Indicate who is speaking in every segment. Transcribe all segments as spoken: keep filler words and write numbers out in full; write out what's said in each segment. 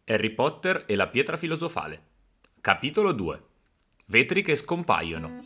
Speaker 1: Harry Potter e la pietra filosofale. Capitolo due. Vetri che scompaiono.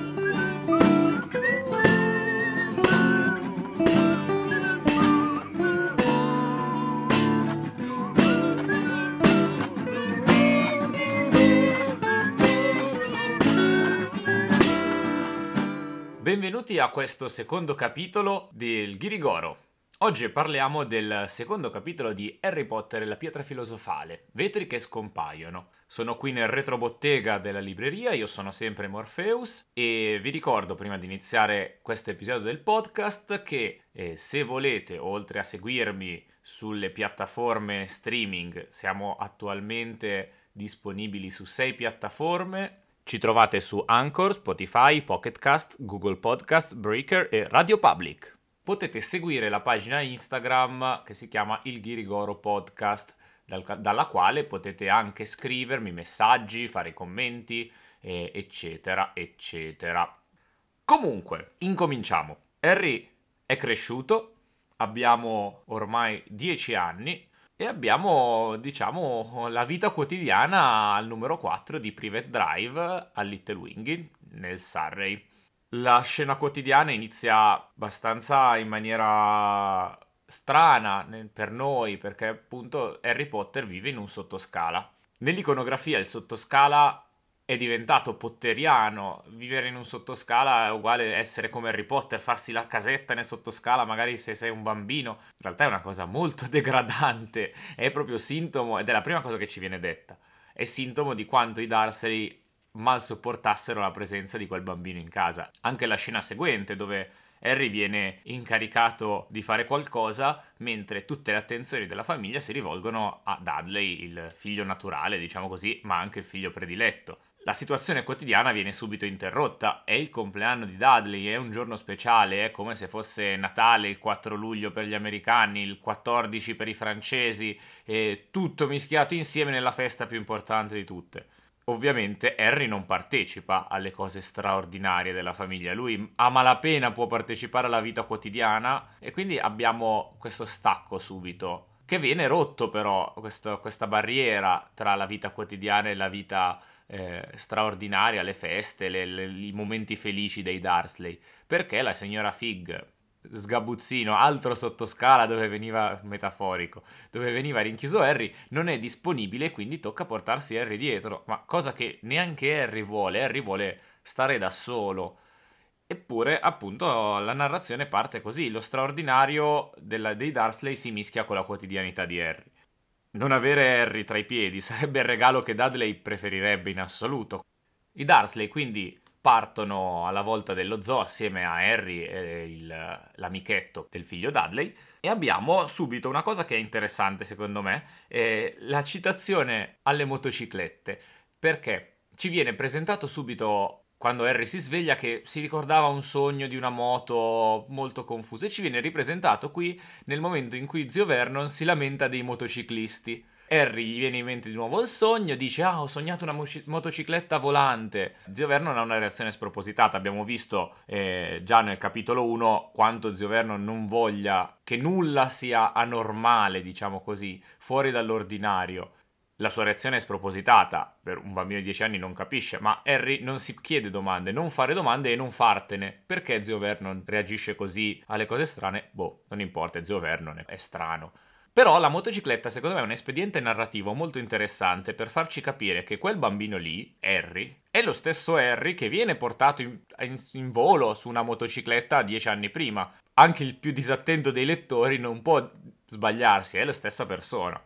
Speaker 1: Benvenuti a questo secondo capitolo del Ghirigoro. Oggi parliamo del secondo capitolo di Harry Potter e la pietra filosofale, Vetri che scompaiono. Sono qui nel retrobottega della libreria, io sono sempre Morpheus e vi ricordo prima di iniziare questo episodio del podcast che eh, se volete, oltre a seguirmi sulle piattaforme streaming, siamo attualmente disponibili su sei piattaforme. Ci trovate su Anchor, Spotify, Pocket Cast, Google Podcast, Breaker e Radio Public. Potete seguire la pagina Instagram che si chiama Il Ghirigoro Podcast, dal, dalla quale potete anche scrivermi messaggi, fare commenti, eh, eccetera, eccetera. Comunque, incominciamo. Harry è cresciuto, abbiamo ormai dieci anni e abbiamo, diciamo, la vita quotidiana al numero quattro di Privet Drive a Little Winged, nel Surrey. La scena quotidiana inizia abbastanza in maniera strana per noi, perché appunto Harry Potter vive in un sottoscala. Nell'iconografia il sottoscala è diventato potteriano, vivere in un sottoscala è uguale a essere come Harry Potter, farsi la casetta nel sottoscala magari se sei un bambino. In realtà è una cosa molto degradante, è proprio sintomo, ed è la prima cosa che ci viene detta, è sintomo di quanto i Dursley mal sopportassero la presenza di quel bambino in casa. Anche la scena seguente, dove Harry viene incaricato di fare qualcosa, mentre tutte le attenzioni della famiglia si rivolgono a Dudley, il figlio naturale, diciamo così, ma anche il figlio prediletto. La situazione quotidiana viene subito interrotta, è il compleanno di Dudley, è un giorno speciale, è come se fosse Natale il quattro luglio per gli americani, il quattordici per i francesi, e tutto mischiato insieme nella festa più importante di tutte. Ovviamente Harry non partecipa alle cose straordinarie della famiglia, lui a malapena può partecipare alla vita quotidiana e quindi abbiamo questo stacco subito, che viene rotto però, questo, questa barriera tra la vita quotidiana e la vita eh, straordinaria, le feste, le, le, i momenti felici dei Dursley, perché la signora Fig, sgabuzzino, altro sottoscala dove veniva, metaforico, dove veniva rinchiuso Harry, non è disponibile, quindi tocca portarsi Harry dietro, ma cosa che neanche Harry vuole, Harry vuole stare da solo. Eppure, appunto, la narrazione parte così, lo straordinario della, dei Dursley si mischia con la quotidianità di Harry. Non avere Harry tra i piedi sarebbe il regalo che Dudley preferirebbe in assoluto. I Dursley quindi partono alla volta dello zoo assieme a Harry e il, l'amichetto del figlio Dudley e abbiamo subito una cosa che è interessante secondo me, è la citazione alle motociclette, perché ci viene presentato subito quando Harry si sveglia che si ricordava un sogno di una moto molto confuso e ci viene ripresentato qui nel momento in cui zio Vernon si lamenta dei motociclisti. Harry gli viene in mente di nuovo il sogno, dice ah ho sognato una mo- motocicletta volante. Zio Vernon ha una reazione spropositata, abbiamo visto eh, già nel capitolo uno quanto zio Vernon non voglia che nulla sia anormale, diciamo così, fuori dall'ordinario. La sua reazione è spropositata, per un bambino di dieci anni non capisce, ma Harry non si chiede domande, non fare domande e non fartene. Perché zio Vernon reagisce così alle cose strane? Boh, non importa, zio Vernon è strano. Però la motocicletta secondo me è un espediente narrativo molto interessante per farci capire che quel bambino lì, Harry, è lo stesso Harry che viene portato in, in, in volo su una motocicletta dieci anni prima. Anche il più disattento dei lettori non può sbagliarsi, è la stessa persona.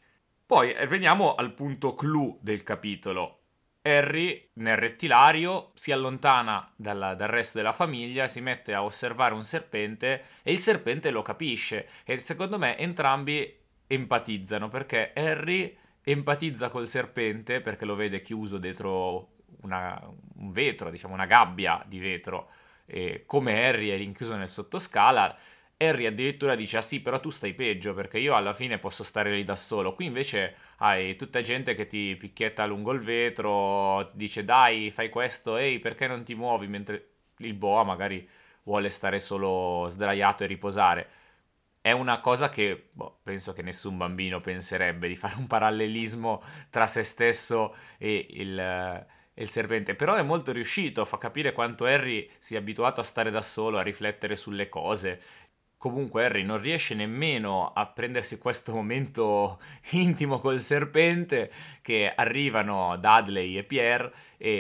Speaker 1: Poi veniamo al punto clou del capitolo. Harry, nel rettilario, si allontana dalla, dal resto della famiglia, si mette a osservare un serpente e il serpente lo capisce. E secondo me entrambi empatizzano, perché Harry empatizza col serpente perché lo vede chiuso dietro una, un vetro, diciamo una gabbia di vetro. E come Harry è rinchiuso nel sottoscala, Harry addirittura dice ah sì però tu stai peggio perché io alla fine posso stare lì da solo, qui invece hai tutta gente che ti picchietta lungo il vetro, ti dice dai fai questo, ehi perché non ti muovi, mentre il boa magari vuole stare solo sdraiato e riposare. È una cosa che boh, penso che nessun bambino penserebbe, di fare un parallelismo tra se stesso e il, e il serpente, però è molto riuscito, fa capire quanto Harry sia abituato a stare da solo, a riflettere sulle cose. Comunque Harry non riesce nemmeno a prendersi questo momento intimo col serpente, che arrivano Dudley e Pierre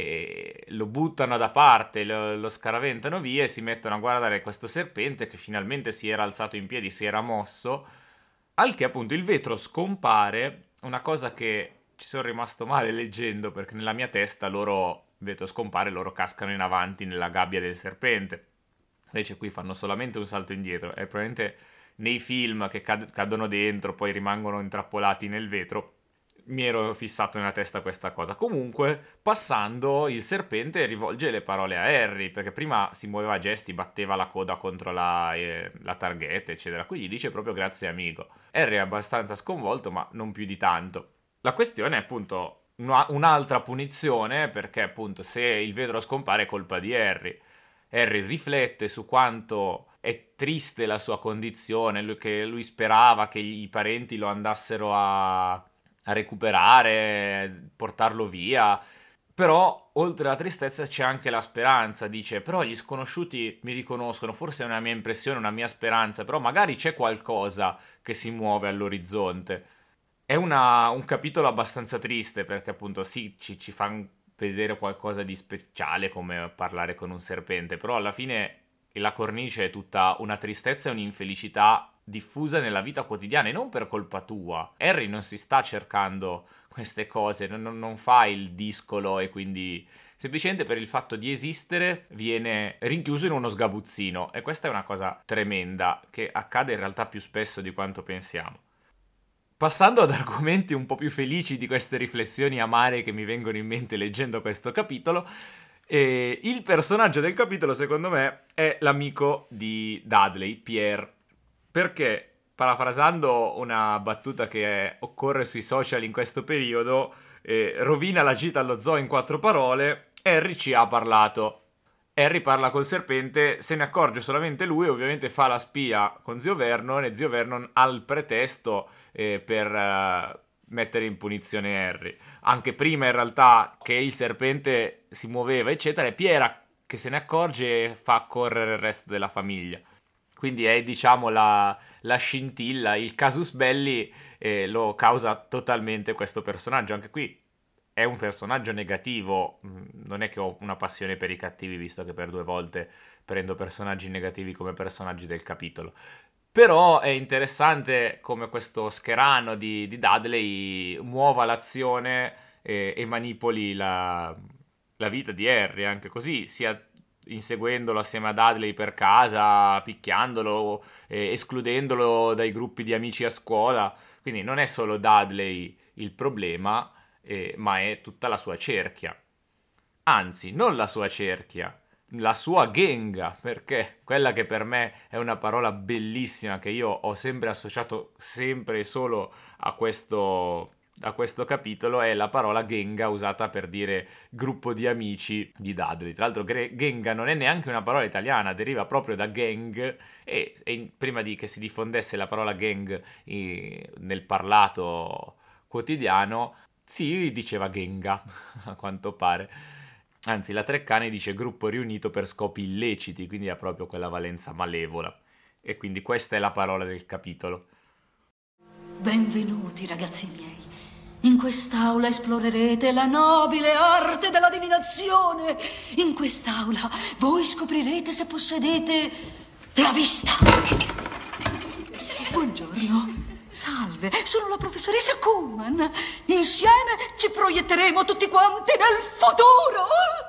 Speaker 1: e lo buttano da parte, lo, lo scaraventano via e si mettono a guardare questo serpente che finalmente si era alzato in piedi, si era mosso, al che appunto il vetro scompare, una cosa che ci sono rimasto male leggendo, perché nella mia testa loro, il vetro scompare, loro cascano in avanti nella gabbia del serpente. Invece qui fanno solamente un salto indietro e probabilmente nei film che cad- cadono dentro, poi rimangono intrappolati nel vetro, mi ero fissato nella testa questa cosa. Comunque, passando, il serpente rivolge le parole a Harry, perché prima si muoveva a gesti, batteva la coda contro la, eh, la targhetta, eccetera. Qui gli dice proprio grazie amico. Harry è abbastanza sconvolto, ma non più di tanto. La questione è appunto una- un'altra punizione, perché appunto se il vetro scompare è colpa di Harry. Harry riflette su quanto è triste la sua condizione, lui- che lui sperava che i parenti lo andassero a, a recuperare, portarlo via. Però, oltre alla tristezza, c'è anche la speranza. Dice, però gli sconosciuti mi riconoscono, forse è una mia impressione, una mia speranza, però magari c'è qualcosa che si muove all'orizzonte. È una- un capitolo abbastanza triste perché appunto sì, ci, ci fa vedere qualcosa di speciale come parlare con un serpente, però alla fine la cornice è tutta una tristezza e un'infelicità diffusa nella vita quotidiana e non per colpa tua. Harry non si sta cercando queste cose, non, non- non fa il discolo e quindi semplicemente per il fatto di esistere viene rinchiuso in uno sgabuzzino e questa è una cosa tremenda che accade in realtà più spesso di quanto pensiamo. Passando ad argomenti un po' più felici di queste riflessioni amare che mi vengono in mente leggendo questo capitolo, eh, il personaggio del capitolo secondo me è l'amico di Dudley, Pierre, perché parafrasando una battuta che occorre sui social in questo periodo, eh, rovina la gita allo zoo in quattro parole, Harry ci ha parlato. Harry parla col serpente, se ne accorge solamente lui, ovviamente fa la spia con zio Vernon e zio Vernon ha il pretesto eh, per eh, mettere in punizione Harry. Anche prima in realtà che il serpente si muoveva eccetera e Piera che se ne accorge e fa correre il resto della famiglia. Quindi è diciamo la, la scintilla, il casus belli eh, lo causa totalmente questo personaggio. Anche qui è un personaggio negativo, mm, non è che ho una passione per i cattivi, visto che per due volte prendo personaggi negativi come personaggi del capitolo. Però è interessante come questo scherano di, di Dudley muova l'azione e, e manipoli la, la vita di Harry, anche così, sia inseguendolo assieme a Dudley per casa, picchiandolo, eh, escludendolo dai gruppi di amici a scuola. Quindi non è solo Dudley il problema, eh, ma è tutta la sua cerchia. Anzi, non la sua cerchia, la sua genga, perché quella che per me è una parola bellissima che io ho sempre associato sempre e solo a questo, a questo capitolo è la parola genga usata per dire gruppo di amici di Dudley. Tra l'altro gre- genga non è neanche una parola italiana, deriva proprio da gang e, e in- prima di che si diffondesse la parola gang eh, nel parlato quotidiano si diceva genga, a quanto pare. Anzi, la Treccani dice gruppo riunito per scopi illeciti, quindi ha proprio quella valenza malevola. E quindi questa è la parola del capitolo.
Speaker 2: Benvenuti, ragazzi miei. In quest'aula esplorerete la nobile arte della divinazione. In quest'aula voi scoprirete se possedete la vista. Buongiorno. Salve, sono la professoressa Kuhlman. Insieme ci proietteremo tutti quanti nel futuro.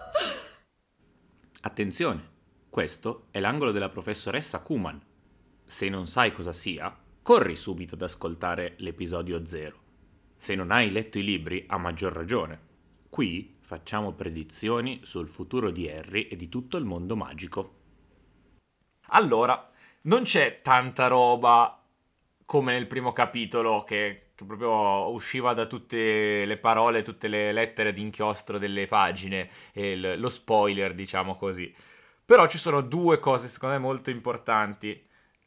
Speaker 1: Attenzione, questo è l'angolo della professoressa Kuhlman. Se non sai cosa sia, corri subito ad ascoltare l'episodio zero. Se non hai letto i libri, a maggior ragione. Qui facciamo predizioni sul futuro di Harry e di tutto il mondo magico. Allora, non c'è tanta roba come nel primo capitolo che, che proprio usciva da tutte le parole, tutte le lettere d'inchiostro delle pagine, e il- lo spoiler, diciamo così. Però ci sono due cose secondo me molto importanti.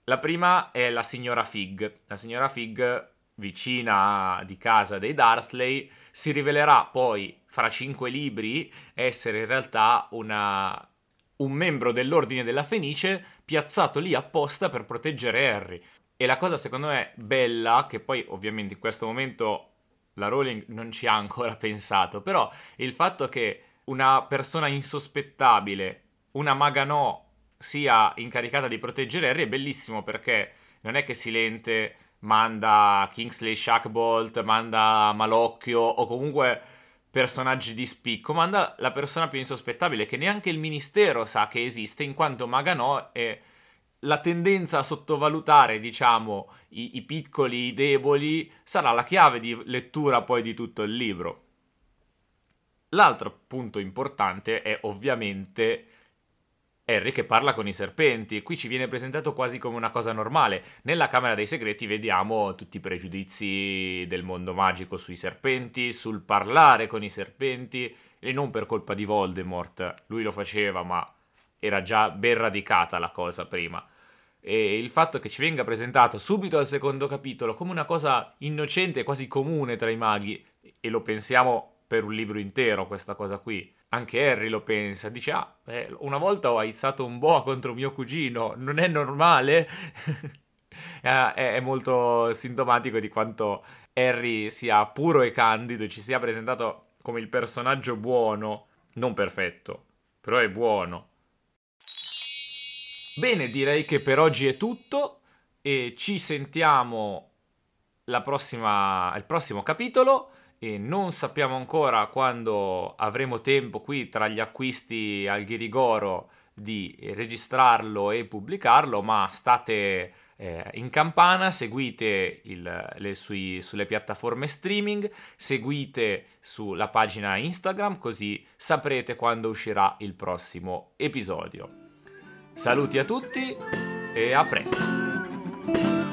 Speaker 1: La prima è la signora Fig. La signora Fig, vicina di casa dei Dursley, si rivelerà poi fra cinque libri essere in realtà una... un membro dell'Ordine della Fenice piazzato lì apposta per proteggere Harry. E la cosa secondo me bella, che poi ovviamente in questo momento la Rowling non ci ha ancora pensato, però il fatto che una persona insospettabile, una maga no, sia incaricata di proteggere Harry è bellissimo, perché non è che Silente manda Kingsley Shacklebolt, manda Malocchio o comunque personaggi di spicco, manda la persona più insospettabile che neanche il ministero sa che esiste, in quanto maga no è la tendenza a sottovalutare, diciamo, i, i piccoli, i deboli, sarà la chiave di lettura poi di tutto il libro. L'altro punto importante è ovviamente Harry che parla con i serpenti. Qui ci viene presentato quasi come una cosa normale. Nella Camera dei Segreti vediamo tutti i pregiudizi del mondo magico sui serpenti, sul parlare con i serpenti, e non per colpa di Voldemort, lui lo faceva, ma era già ben radicata la cosa prima. E il fatto che ci venga presentato subito al secondo capitolo come una cosa innocente, quasi comune tra i maghi, e lo pensiamo per un libro intero questa cosa qui, anche Harry lo pensa, dice ah, eh, una volta ho aizzato un boa contro mio cugino, non è normale? è, è molto sintomatico di quanto Harry sia puro e candido e ci sia presentato come il personaggio buono, non perfetto, però è buono. Bene, direi che per oggi è tutto e ci sentiamo la prossima, il prossimo capitolo. E non sappiamo ancora quando avremo tempo qui tra gli acquisti al Ghirigoro di registrarlo e pubblicarlo, ma state eh, in campana, seguite il, le, sui, sulle piattaforme streaming, seguite sulla pagina Instagram, così saprete quando uscirà il prossimo episodio. Saluti a tutti e a presto!